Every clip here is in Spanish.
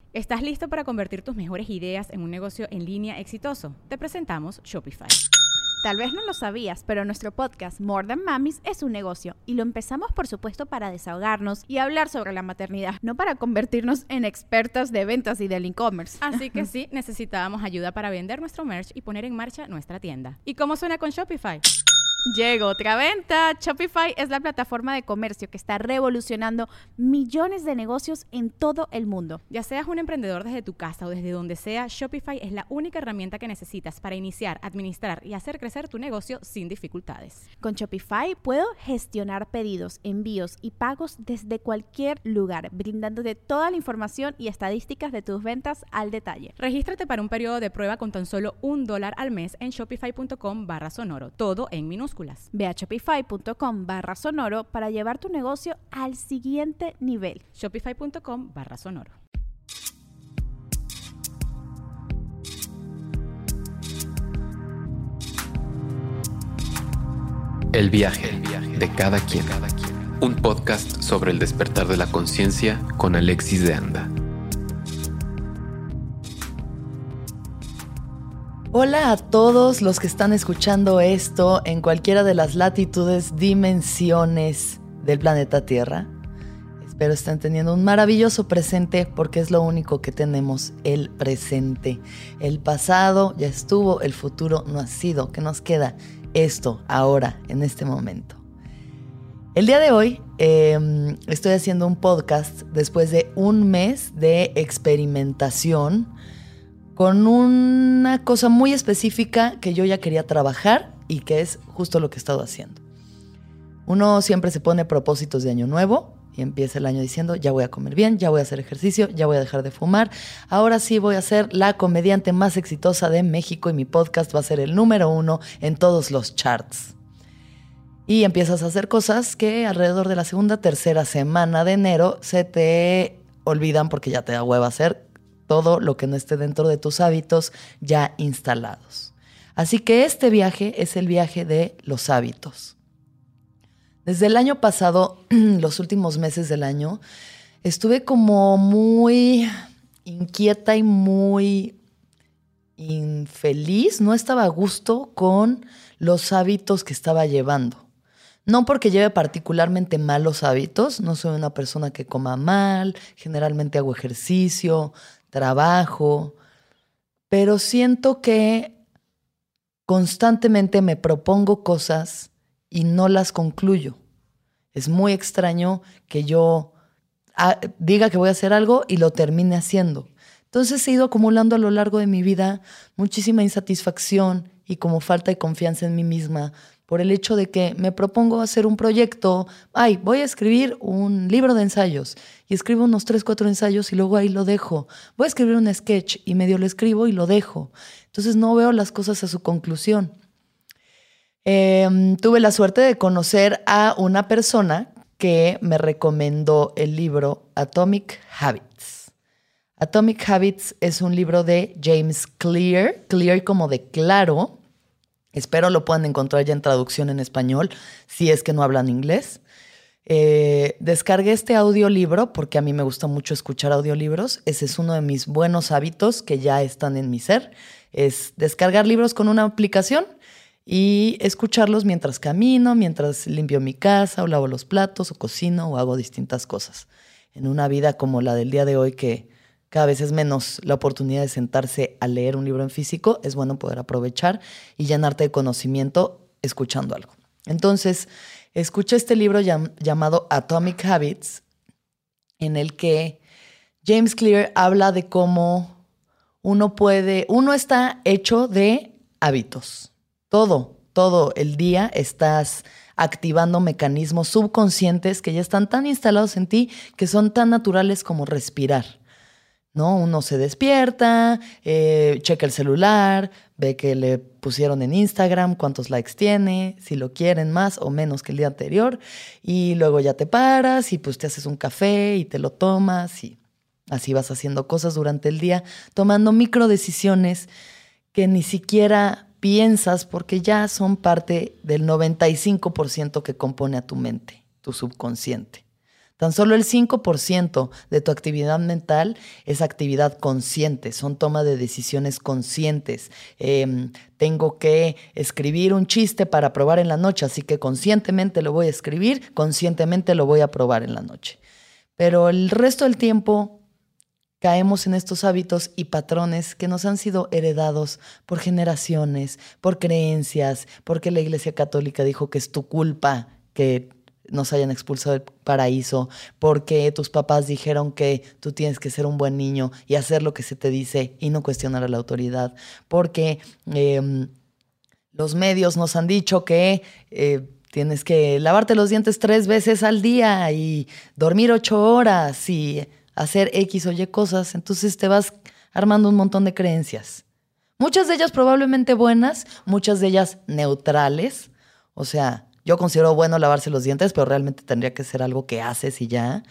¿Estás listo para convertir tus mejores ideas en un negocio en línea exitoso? Te presentamos Shopify. Tal vez no lo sabías, pero nuestro podcast More Than Mamis es un negocio y lo empezamos por supuesto para desahogarnos y hablar sobre la maternidad, no para convertirnos en expertas de ventas y del e-commerce. Así que sí, necesitábamos ayuda para vender nuestro merch y poner en marcha nuestra tienda. ¿Y cómo suena con Shopify? Llegó otra venta. Shopify es la plataforma de comercio que está revolucionando millones de negocios en todo el mundo. Ya seas un emprendedor desde tu casa o desde donde sea, Shopify es la única herramienta que necesitas para iniciar, administrar y hacer crecer tu negocio sin dificultades. Con Shopify puedo gestionar pedidos, envíos y pagos desde cualquier lugar, brindándote toda la información y estadísticas de tus ventas al detalle. Regístrate para un periodo de prueba con tan solo $1 al mes en shopify.com/sonoro, todo en minúsculas. Ve a shopify.com/sonoro para llevar tu negocio al siguiente nivel. Shopify.com/sonoro. El viaje de cada quien. Un podcast sobre el despertar de la conciencia con Alexis de Anda. Hola a todos los que están escuchando esto en cualquiera de las latitudes, dimensiones del planeta Tierra. Espero estén teniendo un maravilloso presente porque es lo único que tenemos, el presente. El pasado ya estuvo, el futuro no ha sido. ¿Qué nos queda? Esto, ahora, en este momento. El día de hoy estoy haciendo un podcast después de un mes de experimentación con una cosa muy específica que yo ya quería trabajar y que es justo lo que he estado haciendo. Uno siempre se pone propósitos de año nuevo y empieza el año diciendo, ya voy a comer bien, ya voy a hacer ejercicio, ya voy a dejar de fumar. Ahora sí voy a ser la comediante más exitosa de México y mi podcast va a ser el número 1 en todos los charts. Y empiezas a hacer cosas que alrededor de la segunda, tercera semana de enero se te olvidan porque ya te da hueva hacer todo lo que no esté dentro de tus hábitos ya instalados. Así que este viaje es el viaje de los hábitos. Desde el año pasado, los últimos meses del año, estuve como muy inquieta y muy infeliz. No estaba a gusto con los hábitos que estaba llevando. No porque lleve particularmente malos hábitos, no soy una persona que coma mal, generalmente hago ejercicio, trabajo, pero siento que constantemente me propongo cosas y no las concluyo. Es muy extraño que yo diga que voy a hacer algo y lo termine haciendo. Entonces he ido acumulando a lo largo de mi vida muchísima insatisfacción y como falta de confianza en mí misma por el hecho de que me propongo hacer un proyecto. Voy a escribir un libro de ensayos y escribo unos 3, 4 ensayos y luego ahí lo dejo. Voy a escribir un sketch y medio lo escribo y lo dejo. Entonces no veo las cosas a su conclusión. Tuve la suerte de conocer a una persona que me recomendó el libro Atomic Habits. Atomic Habits es un libro de James Clear, Clear como de claro. Espero lo puedan encontrar ya en traducción en español, si es que no hablan inglés. Descargué este audiolibro porque a mí me gusta mucho escuchar audiolibros. Ese es uno de mis buenos hábitos que ya están en mi ser. Es descargar libros con una aplicación y escucharlos mientras camino, mientras limpio mi casa o lavo los platos o cocino o hago distintas cosas. En una vida como la del día de hoy que cada vez es menos la oportunidad de sentarse a leer un libro en físico, es bueno poder aprovechar y llenarte de conocimiento escuchando algo. Entonces, escuché este libro llamado Atomic Habits, en el que James Clear habla de cómo uno está hecho de hábitos. Todo el día estás activando mecanismos subconscientes que ya están tan instalados en ti que son tan naturales como respirar. ¿No? Uno se despierta, checa el celular, ve que le pusieron en Instagram, cuántos likes tiene, si lo quieren más o menos que el día anterior, y luego ya te paras y pues te haces un café y te lo tomas y así vas haciendo cosas durante el día, tomando micro decisiones que ni siquiera piensas porque ya son parte del 95% que compone a tu mente, tu subconsciente. Tan solo el 5% de tu actividad mental es actividad consciente, son toma de decisiones conscientes. Tengo que escribir un chiste para probar en la noche, así que conscientemente lo voy a escribir, conscientemente lo voy a probar en la noche. Pero el resto del tiempo caemos en estos hábitos y patrones que nos han sido heredados por generaciones, por creencias, porque la Iglesia Católica dijo que es tu culpa que nos hayan expulsado del paraíso, porque tus papás dijeron que tú tienes que ser un buen niño y hacer lo que se te dice y no cuestionar a la autoridad, porque los medios nos han dicho que tienes que lavarte los dientes 3 veces al día y dormir 8 horas y hacer X o Y cosas. Entonces te vas armando un montón de creencias. Muchas de ellas probablemente buenas, muchas de ellas neutrales. O sea, yo considero bueno lavarse los dientes, pero realmente tendría que ser algo que haces y ya.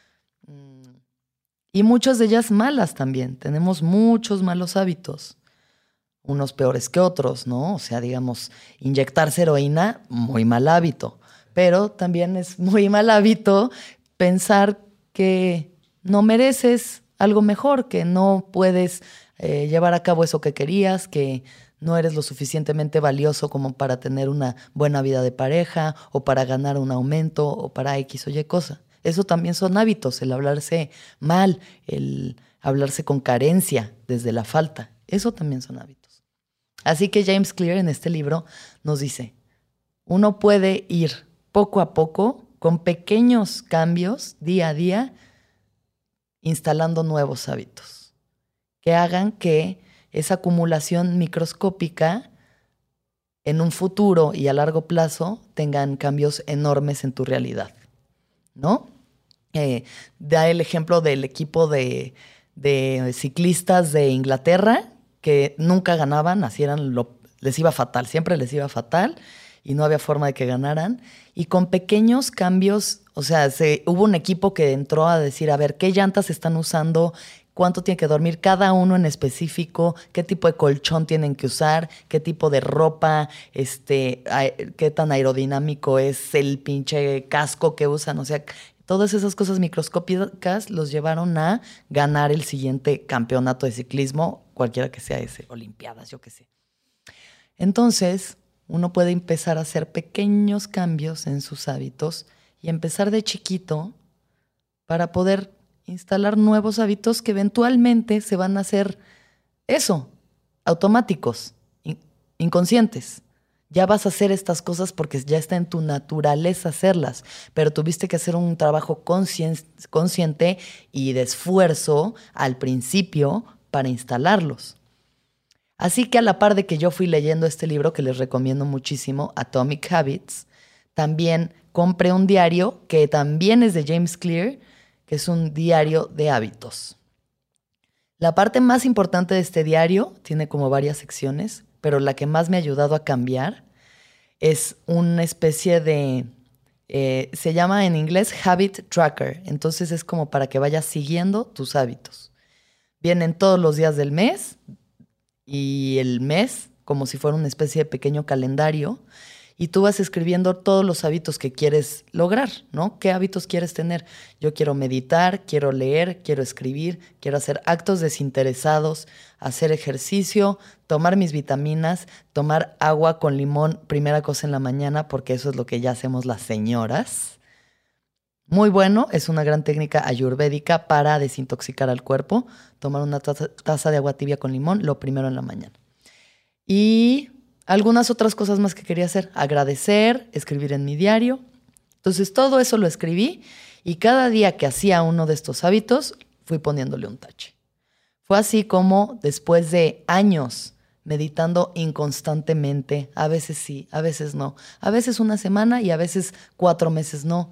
Y muchas de ellas malas también. Tenemos muchos malos hábitos. Unos peores que otros, ¿no? O sea, digamos, inyectarse heroína, muy mal hábito. Pero también es muy mal hábito pensar que no mereces algo mejor, que no puedes llevar a cabo eso que querías, que no eres lo suficientemente valioso como para tener una buena vida de pareja o para ganar un aumento o para X o Y cosa. Eso también son hábitos, el hablarse mal, el hablarse con carencia desde la falta. Eso también son hábitos. Así que James Clear en este libro nos dice, uno puede ir poco a poco, con pequeños cambios día a día, instalando nuevos hábitos que hagan que esa acumulación microscópica en un futuro y a largo plazo tengan cambios enormes en tu realidad, ¿no? Da el ejemplo del equipo de ciclistas de Inglaterra que nunca ganaban, así les iba fatal, siempre les iba fatal y no había forma de que ganaran. Y con pequeños cambios, o sea, hubo un equipo que entró a decir, a ver, ¿qué llantas están usando? ¿Cuánto tiene que dormir cada uno en específico? ¿Qué tipo de colchón tienen que usar? ¿Qué tipo de ropa? ¿Qué tan aerodinámico es el pinche casco que usan? O sea, todas esas cosas microscópicas los llevaron a ganar el siguiente campeonato de ciclismo, cualquiera que sea ese, olimpiadas, yo qué sé. Entonces, uno puede empezar a hacer pequeños cambios en sus hábitos y empezar de chiquito para poder instalar nuevos hábitos que eventualmente se van a hacer eso, automáticos, inconscientes. Ya vas a hacer estas cosas porque ya está en tu naturaleza hacerlas, pero tuviste que hacer un trabajo consciente y de esfuerzo al principio para instalarlos. Así que a la par de que yo fui leyendo este libro, que les recomiendo muchísimo, Atomic Habits, también compré un diario que también es de James Clear, que es un diario de hábitos. La parte más importante de este diario tiene como varias secciones, pero la que más me ha ayudado a cambiar es una especie de, se llama en inglés Habit Tracker. Entonces es como para que vayas siguiendo tus hábitos. Vienen todos los días del mes y el mes como si fuera una especie de pequeño calendario y tú vas escribiendo todos los hábitos que quieres lograr, ¿no? ¿Qué hábitos quieres tener? Yo quiero meditar, quiero leer, quiero escribir, quiero hacer actos desinteresados, hacer ejercicio, tomar mis vitaminas, tomar agua con limón primera cosa en la mañana, porque eso es lo que ya hacemos las señoras. Muy bueno, es una gran técnica ayurvédica para desintoxicar al cuerpo. Tomar una taza de agua tibia con limón, lo primero en la mañana. Y algunas otras cosas más que quería hacer. Agradecer, escribir en mi diario. Entonces todo eso lo escribí y cada día que hacía uno de estos hábitos fui poniéndole un tache. Fue así como después de años meditando inconstantemente, a veces sí, a veces no, a veces una semana y a veces 4 meses no.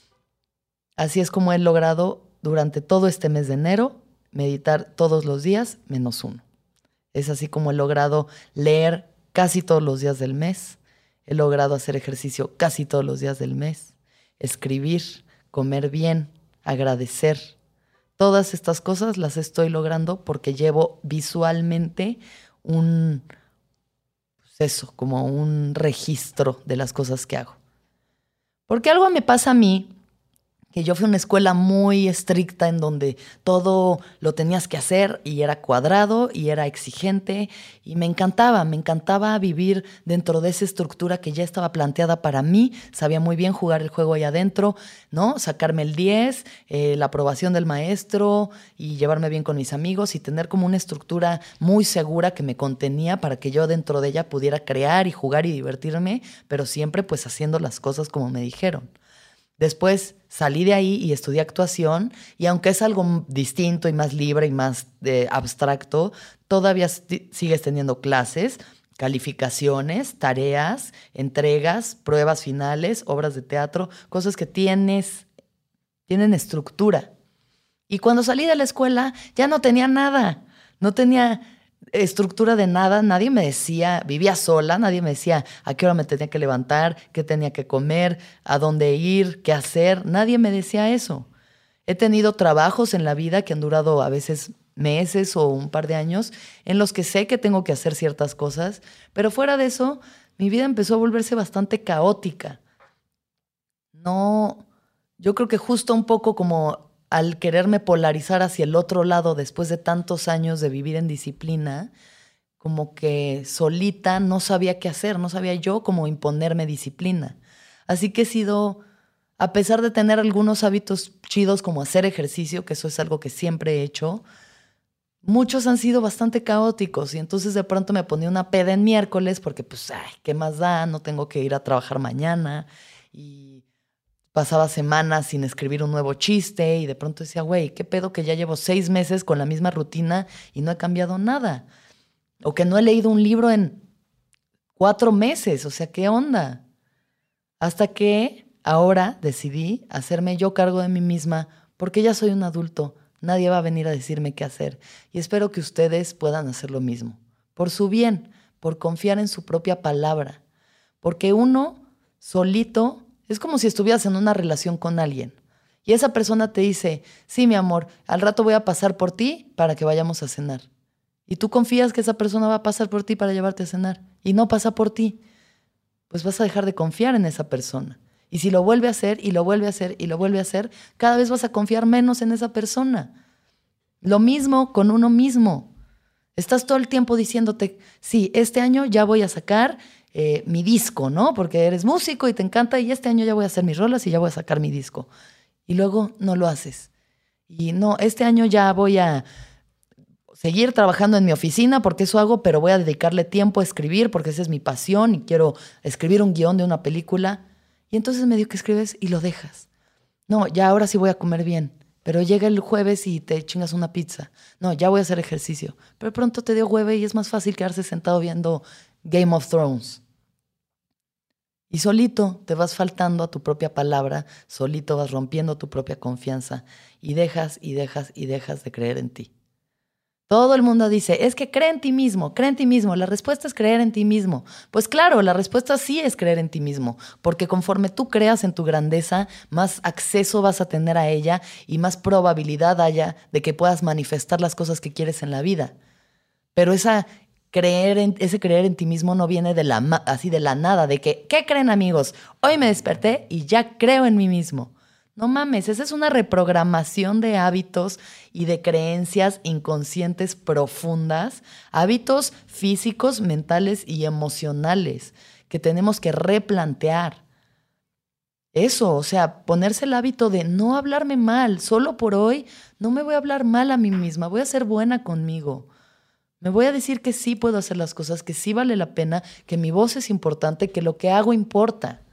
Así es como he logrado durante todo este mes de enero meditar todos los días menos 1. Es así como he logrado leer casi todos los días del mes. He logrado hacer ejercicio casi todos los días del mes. Escribir, comer bien, agradecer. Todas estas cosas las estoy logrando porque llevo visualmente como un registro de las cosas que hago. Porque algo me pasa a mí que yo fui a una escuela muy estricta en donde todo lo tenías que hacer y era cuadrado y era exigente y me encantaba vivir dentro de esa estructura que ya estaba planteada para mí. Sabía muy bien jugar el juego ahí adentro, ¿no? Sacarme el 10, la aprobación del maestro y llevarme bien con mis amigos y tener como una estructura muy segura que me contenía para que yo dentro de ella pudiera crear y jugar y divertirme, pero siempre pues haciendo las cosas como me dijeron. Después salí de ahí y estudié actuación y aunque es algo distinto y más libre y más abstracto, todavía sigues teniendo clases, calificaciones, tareas, entregas, pruebas finales, obras de teatro, cosas que tienen estructura. Y cuando salí de la escuela ya no tenía nada, no tenía estructura de nada, nadie me decía, vivía sola, nadie me decía a qué hora me tenía que levantar, qué tenía que comer, a dónde ir, qué hacer, nadie me decía eso. He tenido trabajos en la vida que han durado a veces meses o un par de años en los que sé que tengo que hacer ciertas cosas, pero fuera de eso, mi vida empezó a volverse bastante caótica. No, yo creo que justo un poco como al quererme polarizar hacia el otro lado después de tantos años de vivir en disciplina, como que solita no sabía qué hacer, no sabía yo cómo imponerme disciplina. Así que he sido, a pesar de tener algunos hábitos chidos como hacer ejercicio, que eso es algo que siempre he hecho, muchos han sido bastante caóticos y entonces de pronto me ponía una peda en miércoles porque pues, ¿qué más da? No tengo que ir a trabajar mañana y pasaba semanas sin escribir un nuevo chiste y de pronto decía, güey, ¿qué pedo que ya llevo 6 meses con la misma rutina y no he cambiado nada? O que no he leído un libro en 4 meses, o sea, ¿qué onda? Hasta que ahora decidí hacerme yo cargo de mí misma porque ya soy un adulto, nadie va a venir a decirme qué hacer y espero que ustedes puedan hacer lo mismo, por su bien, por confiar en su propia palabra, porque uno solito es como si estuvieras en una relación con alguien y esa persona te dice, sí, mi amor, al rato voy a pasar por ti para que vayamos a cenar. Y tú confías que esa persona va a pasar por ti para llevarte a cenar y no pasa por ti. Pues vas a dejar de confiar en esa persona. Y si lo vuelve a hacer y lo vuelve a hacer y lo vuelve a hacer, cada vez vas a confiar menos en esa persona. Lo mismo con uno mismo. Estás todo el tiempo diciéndote, sí, este año ya voy a sacar mi disco, ¿no? Porque eres músico y te encanta y este año ya voy a hacer mis rolas y ya voy a sacar mi disco. Y luego no lo haces. Y no, este año ya voy a seguir trabajando en mi oficina porque eso hago, pero voy a dedicarle tiempo a escribir porque esa es mi pasión y quiero escribir un guión de una película. Y entonces medio que escribes y lo dejas. No, ya ahora sí voy a comer bien. Pero llega el jueves y te chingas una pizza. No, ya voy a hacer ejercicio. Pero pronto te dio hueve y es más fácil quedarse sentado viendo Game of Thrones. Y solito te vas faltando a tu propia palabra, solito vas rompiendo tu propia confianza y dejas de creer en ti. Todo el mundo dice, es que cree en ti mismo, cree en ti mismo. La respuesta es creer en ti mismo. Pues claro, la respuesta sí es creer en ti mismo, porque conforme tú creas en tu grandeza, más acceso vas a tener a ella y más probabilidad haya de que puedas manifestar las cosas que quieres en la vida. Pero ese creer en ti mismo no viene así de la nada, de que, ¿qué creen, amigos? Hoy me desperté y ya creo en mí mismo. No mames, esa es una reprogramación de hábitos y de creencias inconscientes profundas, hábitos físicos, mentales y emocionales que tenemos que replantear. Eso, o sea, ponerse el hábito de no hablarme mal, solo por hoy no me voy a hablar mal a mí misma, voy a ser buena conmigo. Me voy a decir que sí puedo hacer las cosas, que sí vale la pena, que mi voz es importante, que lo que hago importa.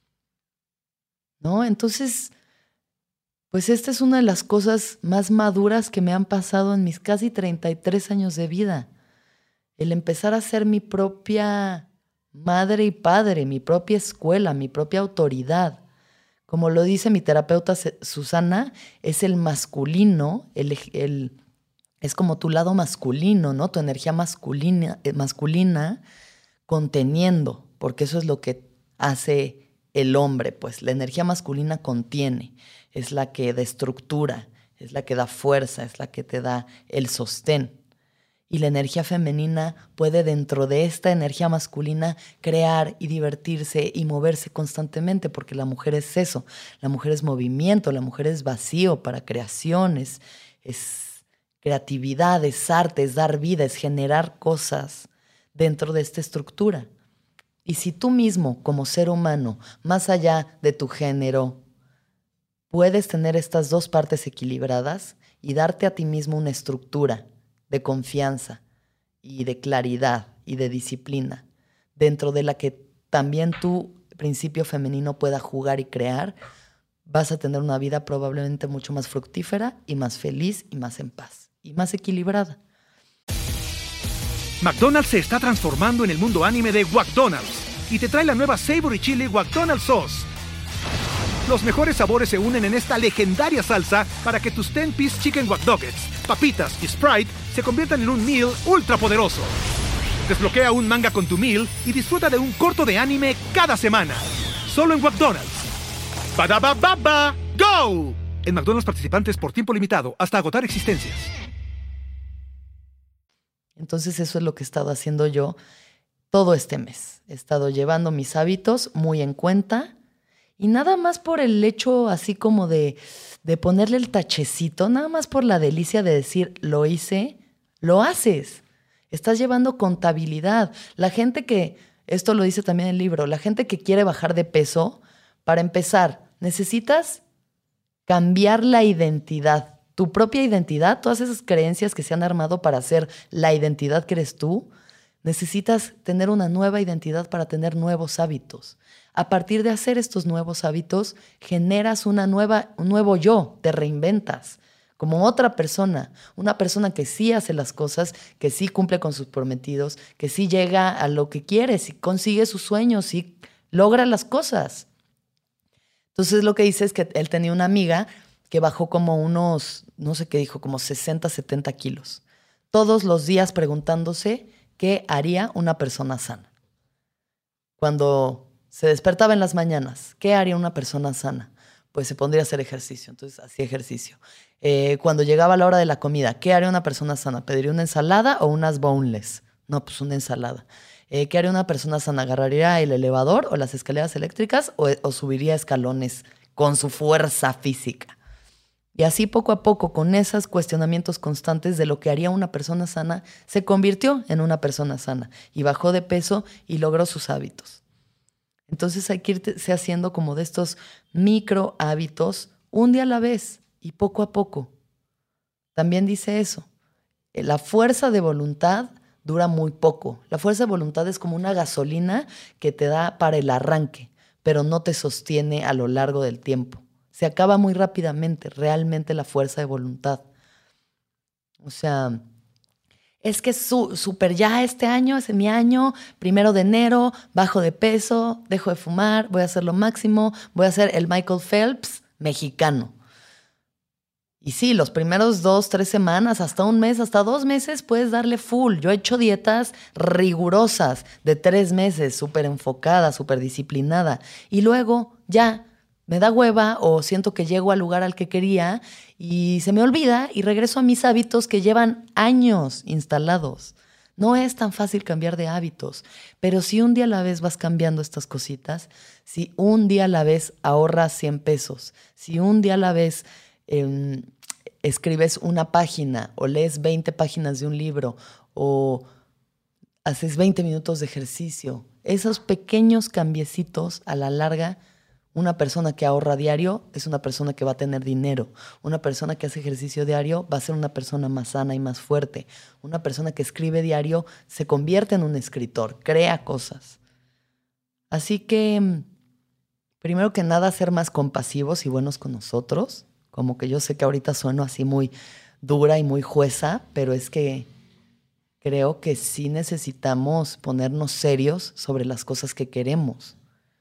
¿No? Entonces, pues esta es una de las cosas más maduras que me han pasado en mis casi 33 años de vida. El empezar a ser mi propia madre y padre, mi propia escuela, mi propia autoridad. Como lo dice mi terapeuta Susana, es el masculino, es como tu lado masculino, ¿no? Tu energía masculina conteniendo, porque eso es lo que hace el hombre, pues la energía masculina contiene, es la que da estructura, es la que da fuerza, es la que te da el sostén. Y la energía femenina puede, dentro de esta energía masculina, crear y divertirse y moverse constantemente, porque la mujer es eso. La mujer es movimiento, la mujer es vacío para creaciones, es creatividad, es arte, es dar vida, es generar cosas dentro de esta estructura. Y si tú mismo, como ser humano, más allá de tu género, puedes tener estas dos partes equilibradas y darte a ti mismo una estructura de confianza y de claridad y de disciplina, dentro de la que también tu principio femenino pueda jugar y crear, vas a tener una vida probablemente mucho más fructífera y más feliz y más en paz y más equilibrada. McDonald's se está transformando en el mundo anime de McDonald's y te trae la nueva Savory Chili McDonald's Sauce. Los mejores sabores se unen en esta legendaria salsa para que tus 10-piece chicken wack nuggets, papitas y Sprite se conviertan en un meal ultra poderoso. Desbloquea un manga con tu meal y disfruta de un corto de anime cada semana. Solo en McDonald's. ¡Badaba baba! ¡Go! En McDonald's participantes por tiempo limitado hasta agotar existencias. Entonces eso es lo que he estado haciendo yo todo este mes. He estado llevando mis hábitos muy en cuenta. Y nada más por el hecho así como de ponerle el tachecito, nada más por la delicia de decir, lo hice, lo haces. Estás llevando contabilidad. La gente que, esto lo dice también el libro, la gente que quiere bajar de peso, para empezar, necesitas cambiar la identidad, tu propia identidad, todas esas creencias que se han armado para ser la identidad que eres tú. Necesitas tener una nueva identidad para tener nuevos hábitos. A partir de hacer estos nuevos hábitos, generas un nuevo yo, te reinventas como otra persona, una persona que sí hace las cosas, que sí cumple con sus prometidos, que sí llega a lo que quiere, sí consigue sus sueños, sí logra las cosas. Entonces lo que dice es que él tenía una amiga que bajó como unos, no sé qué dijo, como 60, 70 kilos. Todos los días preguntándose qué haría una persona sana. Cuando se despertaba en las mañanas, ¿qué haría una persona sana? Pues se pondría a hacer ejercicio, entonces hacía ejercicio. Cuando llegaba la hora de la comida, ¿qué haría una persona sana? ¿Pediría una ensalada o unas boneless? No, pues una ensalada. ¿Qué haría una persona sana? ¿Agarraría el elevador o las escaleras eléctricas o subiría escalones con su fuerza física? Y así poco a poco, con esos cuestionamientos constantes de lo que haría una persona sana, se convirtió en una persona sana y bajó de peso y logró sus hábitos. Entonces hay que irse haciendo como de estos micro hábitos un día a la vez y poco a poco. También dice eso, la fuerza de voluntad dura muy poco. La fuerza de voluntad es como una gasolina que te da para el arranque, pero no te sostiene a lo largo del tiempo. Se acaba muy rápidamente, realmente la fuerza de voluntad. O sea, es que súper ya este año, es mi año, 1 de enero, bajo de peso, dejo de fumar, voy a hacer lo máximo, voy a ser el Michael Phelps mexicano. Y sí, los primeros 2, 3 semanas, hasta un mes, hasta 2 meses puedes darle full. Yo he hecho dietas rigurosas de 3 meses, súper enfocada, súper disciplinada. Y luego ya me da hueva o siento que llego al lugar al que quería y se me olvida y regreso a mis hábitos que llevan años instalados. No es tan fácil cambiar de hábitos, pero si un día a la vez vas cambiando estas cositas, si un día a la vez ahorras 100 pesos, si un día a la vez escribes una página o lees 20 páginas de un libro o haces 20 minutos de ejercicio, esos pequeños cambiecitos a la larga. Una persona que ahorra diario es una persona que va a tener dinero. Una persona que hace ejercicio diario va a ser una persona más sana y más fuerte. Una persona que escribe diario se convierte en un escritor, crea cosas. Así que, primero que nada, ser más compasivos y buenos con nosotros. Como que yo sé que ahorita sueno así muy dura y muy jueza, pero es que creo que sí necesitamos ponernos serios sobre las cosas que queremos.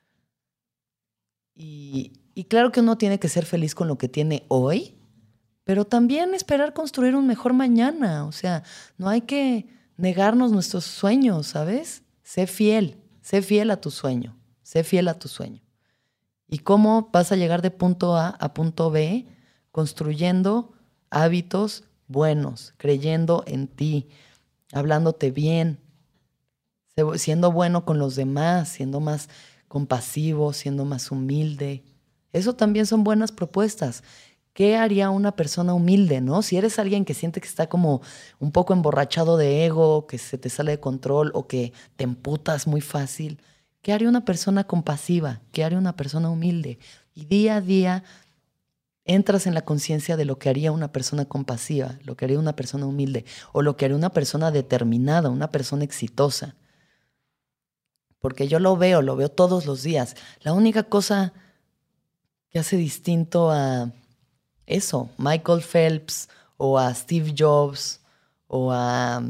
Y claro que uno tiene que ser feliz con lo que tiene hoy, pero también esperar construir un mejor mañana. O sea, no hay que negarnos nuestros sueños, ¿sabes? Sé fiel a tu sueño, sé fiel a tu sueño. ¿Y cómo vas a llegar de punto A a punto B? Construyendo hábitos buenos, creyendo en ti, hablándote bien, siendo bueno con los demás, siendo más compasivo, siendo más humilde. Eso también son buenas propuestas. ¿Qué haría una persona humilde, no? Si eres alguien que siente que está como un poco emborrachado de ego, que se te sale de control o que te emputas muy fácil, ¿qué haría una persona compasiva? ¿Qué haría una persona humilde? Y día a día entras en la conciencia de lo que haría una persona compasiva, lo que haría una persona humilde o lo que haría una persona determinada, una persona exitosa. Porque yo lo veo todos los días. La única cosa que hace distinto a eso, Michael Phelps o a Steve Jobs o a,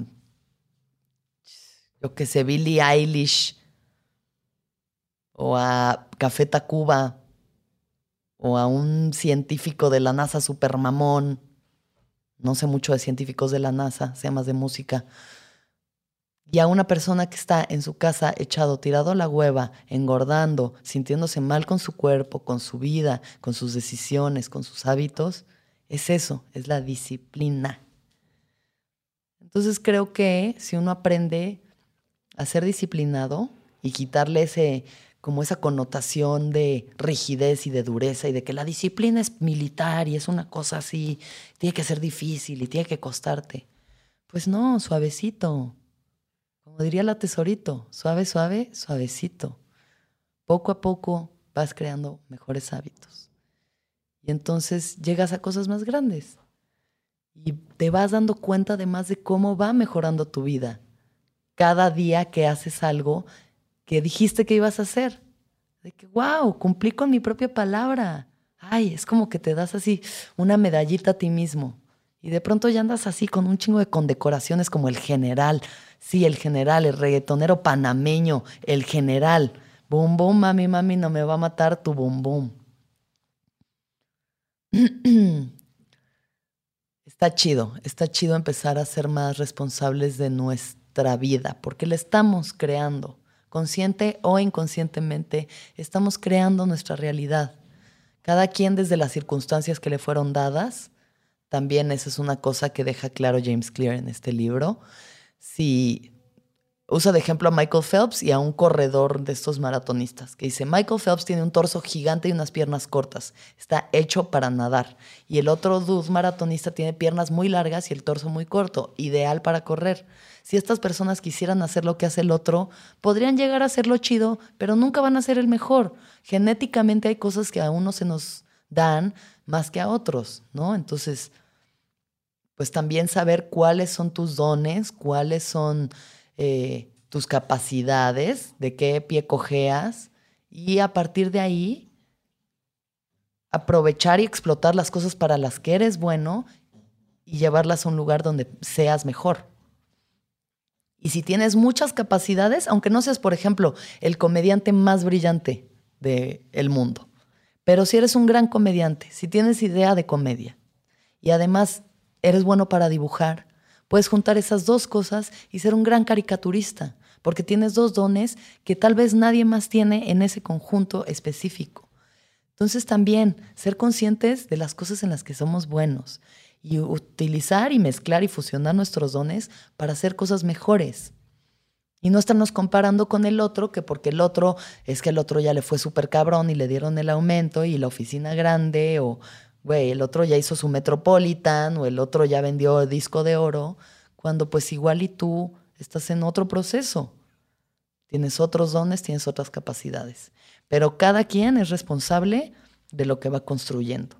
yo qué sé, Billie Eilish o a Café Tacuba o a un científico de la NASA super mamón. No sé mucho de científicos de la NASA, sé más de música. Y a una persona que está en su casa echado, tirado a la hueva, engordando, sintiéndose mal con su cuerpo, con su vida, con sus decisiones, con sus hábitos, es eso, es la disciplina. Entonces creo que si uno aprende a ser disciplinado y quitarle como esa connotación de rigidez y de dureza y de que la disciplina es militar y es una cosa así, tiene que ser difícil y tiene que costarte. Pues no, suavecito. Como diría la Tesorito, suave, suave, suavecito. Poco a poco vas creando mejores hábitos. Y entonces llegas a cosas más grandes. Y te vas dando cuenta además de cómo va mejorando tu vida. Cada día que haces algo que dijiste que ibas a hacer. De que, wow, cumplí con mi propia palabra. Ay, es como que te das así una medallita a ti mismo. Y de pronto ya andas así con un chingo de condecoraciones como el general. Sí, el general, el reggaetonero panameño, el general. Boom, boom, mami, mami, no me va a matar tu boom, boom. Está chido empezar a ser más responsables de nuestra vida, porque la estamos creando. Consciente o inconscientemente, estamos creando nuestra realidad. Cada quien desde las circunstancias que le fueron dadas. También esa es una cosa que deja claro James Clear en este libro. Si usa de ejemplo a Michael Phelps y a un corredor de estos maratonistas, que dice, Michael Phelps tiene un torso gigante y unas piernas cortas. Está hecho para nadar. Y el otro dude maratonista tiene piernas muy largas y el torso muy corto. Ideal para correr. Si estas personas quisieran hacer lo que hace el otro, podrían llegar a hacerlo chido, pero nunca van a ser el mejor. Genéticamente hay cosas que a uno se nos dan más que a otros, ¿no? Entonces, pues también saber cuáles son tus dones, cuáles son tus capacidades, de qué pie cojeas, y a partir de ahí aprovechar y explotar las cosas para las que eres bueno y llevarlas a un lugar donde seas mejor. Y si tienes muchas capacidades, aunque no seas, por ejemplo, el comediante más brillante del mundo, pero si eres un gran comediante, si tienes idea de comedia y además eres bueno para dibujar, puedes juntar esas dos cosas y ser un gran caricaturista, porque tienes dos dones que tal vez nadie más tiene en ese conjunto específico. Entonces también ser conscientes de las cosas en las que somos buenos y utilizar y mezclar y fusionar nuestros dones para hacer cosas mejores. Y no estarnos comparando con el otro, que porque el otro ya le fue súper cabrón y le dieron el aumento y la oficina grande, o güey, el otro ya hizo su Metropolitan, o el otro ya vendió disco de oro, cuando pues igual y tú estás en otro proceso. Tienes otros dones, tienes otras capacidades. Pero cada quien es responsable de lo que va construyendo.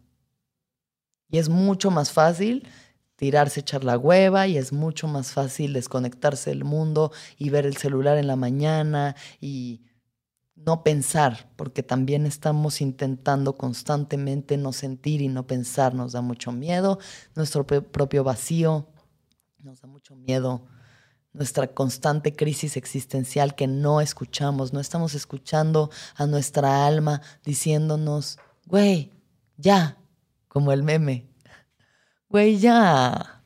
Y es mucho más fácil tirarse, echar la hueva, y es mucho más fácil desconectarse del mundo y ver el celular en la mañana y no pensar, porque también estamos intentando constantemente no sentir y no pensar. Nos da mucho miedo nuestro propio vacío, nos da mucho miedo nuestra constante crisis existencial que no escuchamos. No estamos escuchando a nuestra alma diciéndonos, güey, ya, como el meme. Güey, ya,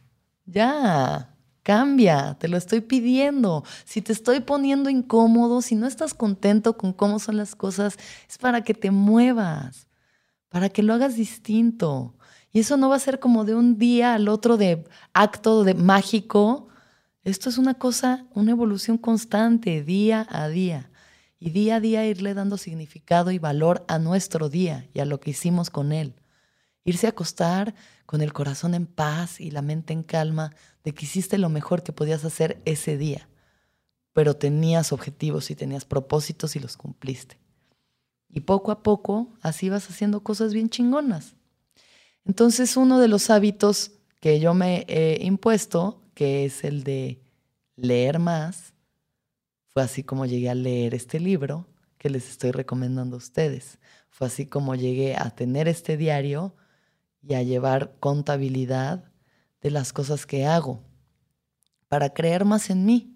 cambia, te lo estoy pidiendo. Si te estoy poniendo incómodo, si no estás contento con cómo son las cosas, es para que te muevas, para que lo hagas distinto. Y eso no va a ser como de un día al otro de acto de mágico, Esto es una cosa, una evolución constante, día a día. Y día a día irle dando significado y valor a nuestro día y a lo que hicimos con él. Irse a acostar con el corazón en paz y la mente en calma de que hiciste lo mejor que podías hacer ese día. Pero tenías objetivos y tenías propósitos y los cumpliste. Y poco a poco así vas haciendo cosas bien chingonas. Entonces uno de los hábitos que yo me he impuesto, que es el de leer más, fue así como llegué a leer este libro que les estoy recomendando a ustedes. Fue así como llegué a tener este diario y a llevar contabilidad de las cosas que hago para creer más en mí.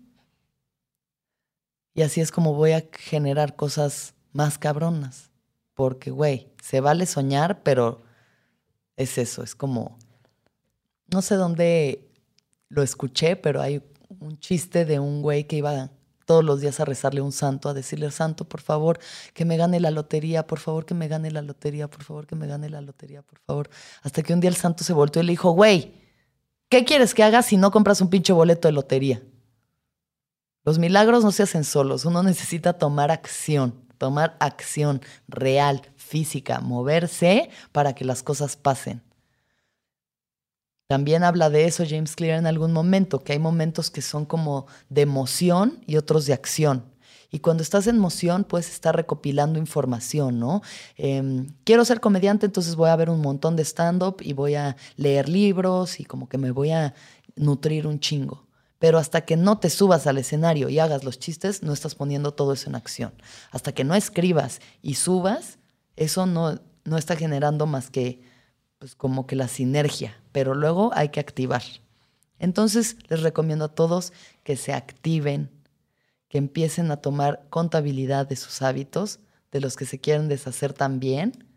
Y así es como voy a generar cosas más cabronas. Porque, güey, se vale soñar, pero es eso, es como... No sé dónde lo escuché, pero hay un chiste de un güey que iba todos los días a rezarle a un santo, a decirle, santo, por favor, que me gane la lotería, por favor, que me gane la lotería, por favor, que me gane la lotería, por favor. Hasta que un día el santo se volteó y le dijo, güey, ¿qué quieres que haga si no compras un pinche boleto de lotería? Los milagros no se hacen solos, uno necesita tomar acción real, física, moverse para que las cosas pasen. También habla de eso James Clear en algún momento, que hay momentos que son como de emoción y otros de acción. Y cuando estás en emoción puedes estar recopilando información, ¿no? Quiero ser comediante, entonces voy a ver un montón de stand-up y voy a leer libros y como que me voy a nutrir un chingo. Pero hasta que no te subas al escenario y hagas los chistes, no estás poniendo todo eso en acción. Hasta que no escribas y subas, eso no está generando más que pues como que la sinergia, pero luego hay que activar. Entonces les recomiendo a todos que se activen, que empiecen a tomar contabilidad de sus hábitos, de los que se quieren deshacer también.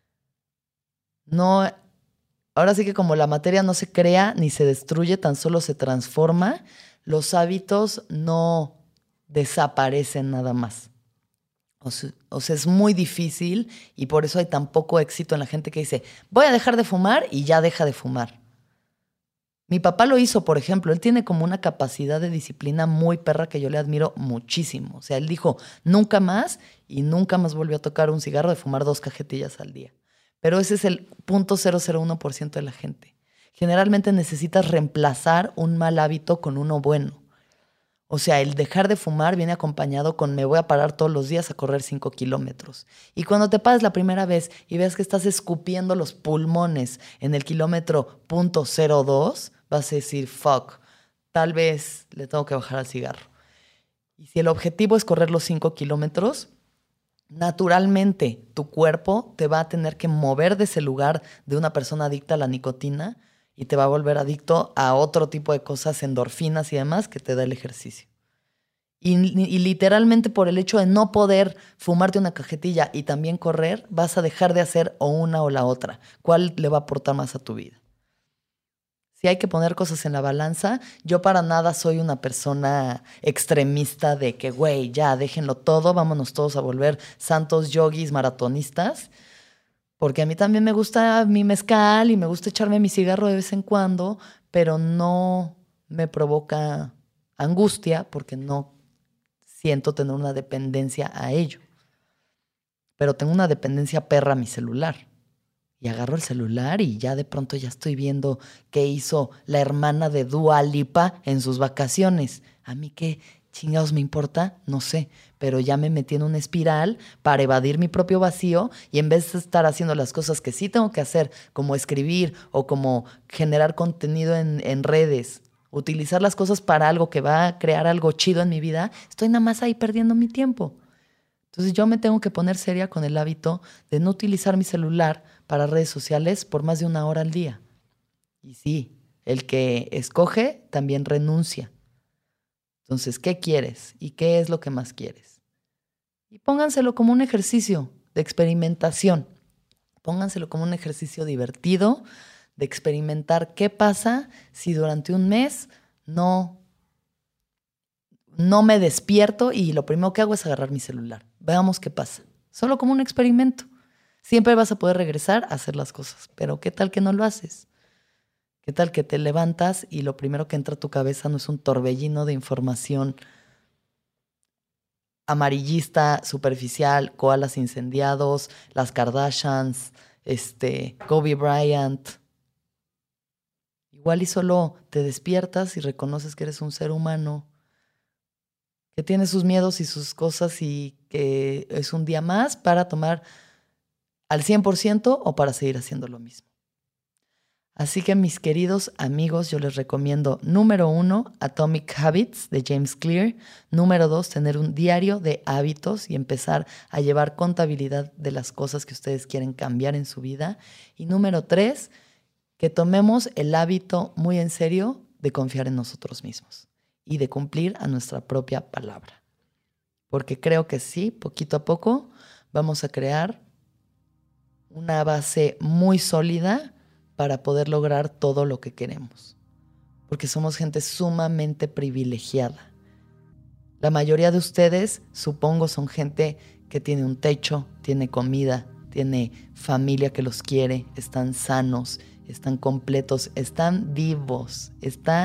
No, ahora sí que como la materia no se crea ni se destruye, tan solo se transforma, los hábitos no desaparecen nada más. O sea, es muy difícil y por eso hay tan poco éxito en la gente que dice, voy a dejar de fumar y ya deja de fumar. Mi papá lo hizo, por ejemplo. Él tiene como una capacidad de disciplina muy perra que yo le admiro muchísimo. O sea, él dijo, nunca más y nunca más volvió a tocar un cigarro de fumar 2 cajetillas al día. Pero ese es el 0.001% de la gente. Generalmente necesitas reemplazar un mal hábito con uno bueno. O sea, el dejar de fumar viene acompañado con me voy a parar todos los días a correr 5 kilómetros. Y cuando te pares la primera vez y veas que estás escupiendo los pulmones en el kilómetro .02, vas a decir, fuck, tal vez le tengo que bajar al cigarro. Y si el objetivo es correr los 5 kilómetros, naturalmente tu cuerpo te va a tener que mover de ese lugar de una persona adicta a la nicotina y te va a volver adicto a otro tipo de cosas, endorfinas y demás, que te da el ejercicio. Y literalmente por el hecho de no poder fumarte una cajetilla y también correr, vas a dejar de hacer o una o la otra. ¿Cuál le va a aportar más a tu vida? Si hay que poner cosas en la balanza, yo para nada soy una persona extremista de que, güey, ya déjenlo todo, vámonos todos a volver santos yogis maratonistas. Porque a mí también me gusta mi mezcal y me gusta echarme mi cigarro de vez en cuando, pero no me provoca angustia porque no siento tener una dependencia a ello. Pero tengo una dependencia perra a mi celular. Y agarro el celular y ya de pronto ya estoy viendo qué hizo la hermana de Dua Lipa en sus vacaciones. ¿A mí qué chingados me importa? No sé. Pero ya me metí en una espiral para evadir mi propio vacío y en vez de estar haciendo las cosas que sí tengo que hacer, como escribir o como generar contenido en redes, utilizar las cosas para algo que va a crear algo chido en mi vida, estoy nada más ahí perdiendo mi tiempo. Entonces yo me tengo que poner seria con el hábito de no utilizar mi celular para redes sociales por más de 1 hora al día. Y sí, el que escoge también renuncia. Entonces, ¿qué quieres? ¿Y qué es lo que más quieres? Y pónganselo como un ejercicio de experimentación. Pónganselo como un ejercicio divertido de experimentar qué pasa si durante un mes no me despierto y lo primero que hago es agarrar mi celular. Veamos qué pasa. Solo como un experimento. Siempre vas a poder regresar a hacer las cosas. Pero ¿qué tal que no lo haces? ¿Qué tal que te levantas y lo primero que entra a tu cabeza no es un torbellino de información amarillista, superficial, koalas incendiados, las Kardashians, Kobe Bryant? Igual y solo te despiertas y reconoces que eres un ser humano que tiene sus miedos y sus cosas y que es un día más para tomar al 100% o para seguir haciendo lo mismo. Así que, mis queridos amigos, yo les recomiendo, número 1, Atomic Habits de James Clear. Número 2, tener un diario de hábitos y empezar a llevar contabilidad de las cosas que ustedes quieren cambiar en su vida. Y número 3, que tomemos el hábito muy en serio de confiar en nosotros mismos y de cumplir a nuestra propia palabra. Porque creo que sí, poquito a poco vamos a crear una base muy sólida para poder lograr todo lo que queremos. Porque somos gente sumamente privilegiada. La mayoría de ustedes, supongo, son gente que tiene un techo, tiene comida, tiene familia que los quiere, están sanos, están completos, están vivos.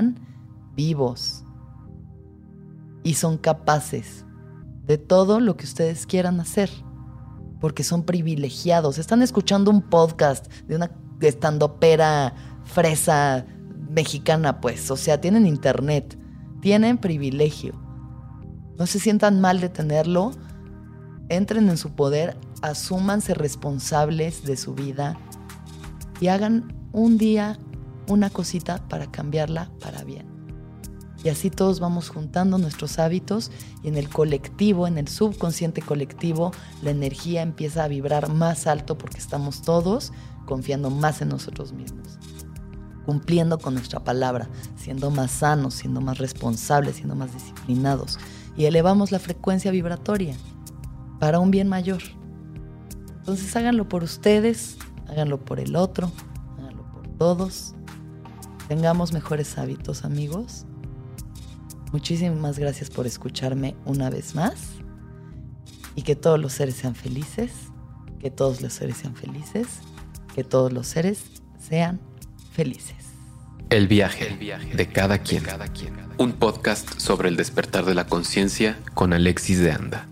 Y son capaces de todo lo que ustedes quieran hacer. Porque son privilegiados. Están escuchando un podcast de una estandopera fresa mexicana, pues. O sea, tienen internet, tienen privilegio. No se sientan mal de tenerlo. Entren en su poder, asúmanse responsables de su vida y hagan un día una cosita para cambiarla para bien. Y así todos vamos juntando nuestros hábitos y en el colectivo, en el subconsciente colectivo, la energía empieza a vibrar más alto porque estamos todos confiando más en nosotros mismos, cumpliendo con nuestra palabra, siendo más sanos, siendo más responsables, siendo más disciplinados y elevamos la frecuencia vibratoria para un bien mayor. Entonces háganlo por ustedes, háganlo por el otro, háganlo por todos. Tengamos mejores hábitos, amigos. Muchísimas gracias por escucharme una vez más y que todos los seres sean felices, que todos los seres sean felices, que todos los seres sean felices. El viaje de cada quien. Un podcast sobre el despertar de la conciencia con Alexis de Anda.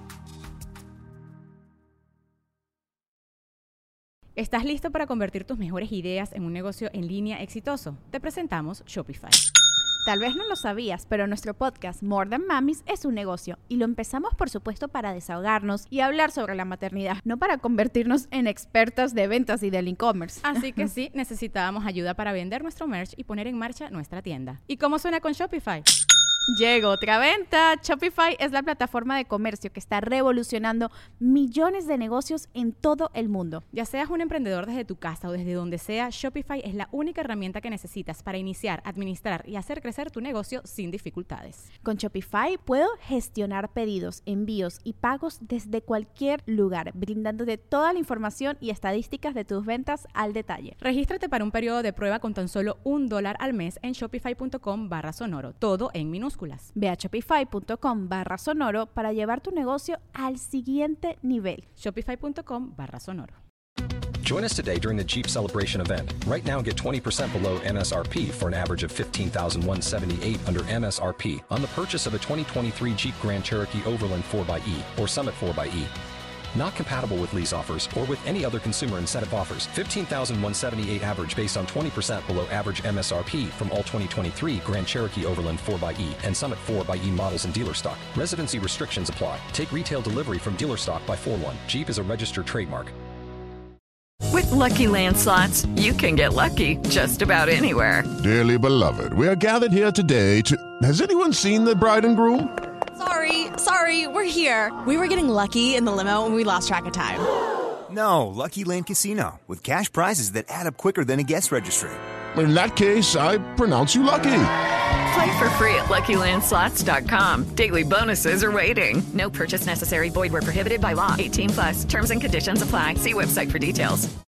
¿Estás listo para convertir tus mejores ideas en un negocio en línea exitoso? Te presentamos Shopify. Tal vez no lo sabías, pero nuestro podcast More Than Mamis es un negocio y lo empezamos por supuesto para desahogarnos y hablar sobre la maternidad, no para convertirnos en expertas de ventas y del e-commerce. Así que sí, necesitábamos ayuda para vender nuestro merch y poner en marcha nuestra tienda. ¿Y cómo suena con Shopify? Llegó otra venta. Shopify es la plataforma de comercio que está revolucionando millones de negocios en todo el mundo. Ya seas un emprendedor desde tu casa o desde donde sea, Shopify es la única herramienta que necesitas para iniciar, administrar y hacer crecer tu negocio sin dificultades. Con Shopify puedo gestionar pedidos, envíos y pagos desde cualquier lugar, brindándote toda la información y estadísticas de tus ventas al detalle. Regístrate para un periodo de prueba con tan solo $1 al mes en shopify.com/sonoro, todo en minúsculas. Ve a shopify.com/sonoro para llevar tu negocio al siguiente nivel. Shopify.com/sonoro. Join us today during the Jeep Celebration event. Right now, get 20% below MSRP for an average of $15,178 under MSRP on the purchase of a 2023 Jeep Grand Cherokee Overland 4xE or Summit 4xE. Not compatible with lease offers or with any other consumer incentive offers. $15,178 average based on 20% below average MSRP from all 2023 Grand Cherokee Overland 4xE and Summit 4xE models in dealer stock. Residency restrictions apply. Take retail delivery from dealer stock by 4/1. Jeep is a registered trademark. With Lucky Land Slots, you can get lucky just about anywhere. Dearly beloved, we are gathered here today to... Has anyone seen the bride and groom? Sorry, we're here. We were getting lucky in the limo and we lost track of time. No, Lucky Land Casino, with cash prizes that add up quicker than a guest registry. In that case, I pronounce you lucky. Play for free at LuckyLandSlots.com. Daily bonuses are waiting. No purchase necessary. Void where prohibited by law. 18+. Terms and conditions apply. See website for details.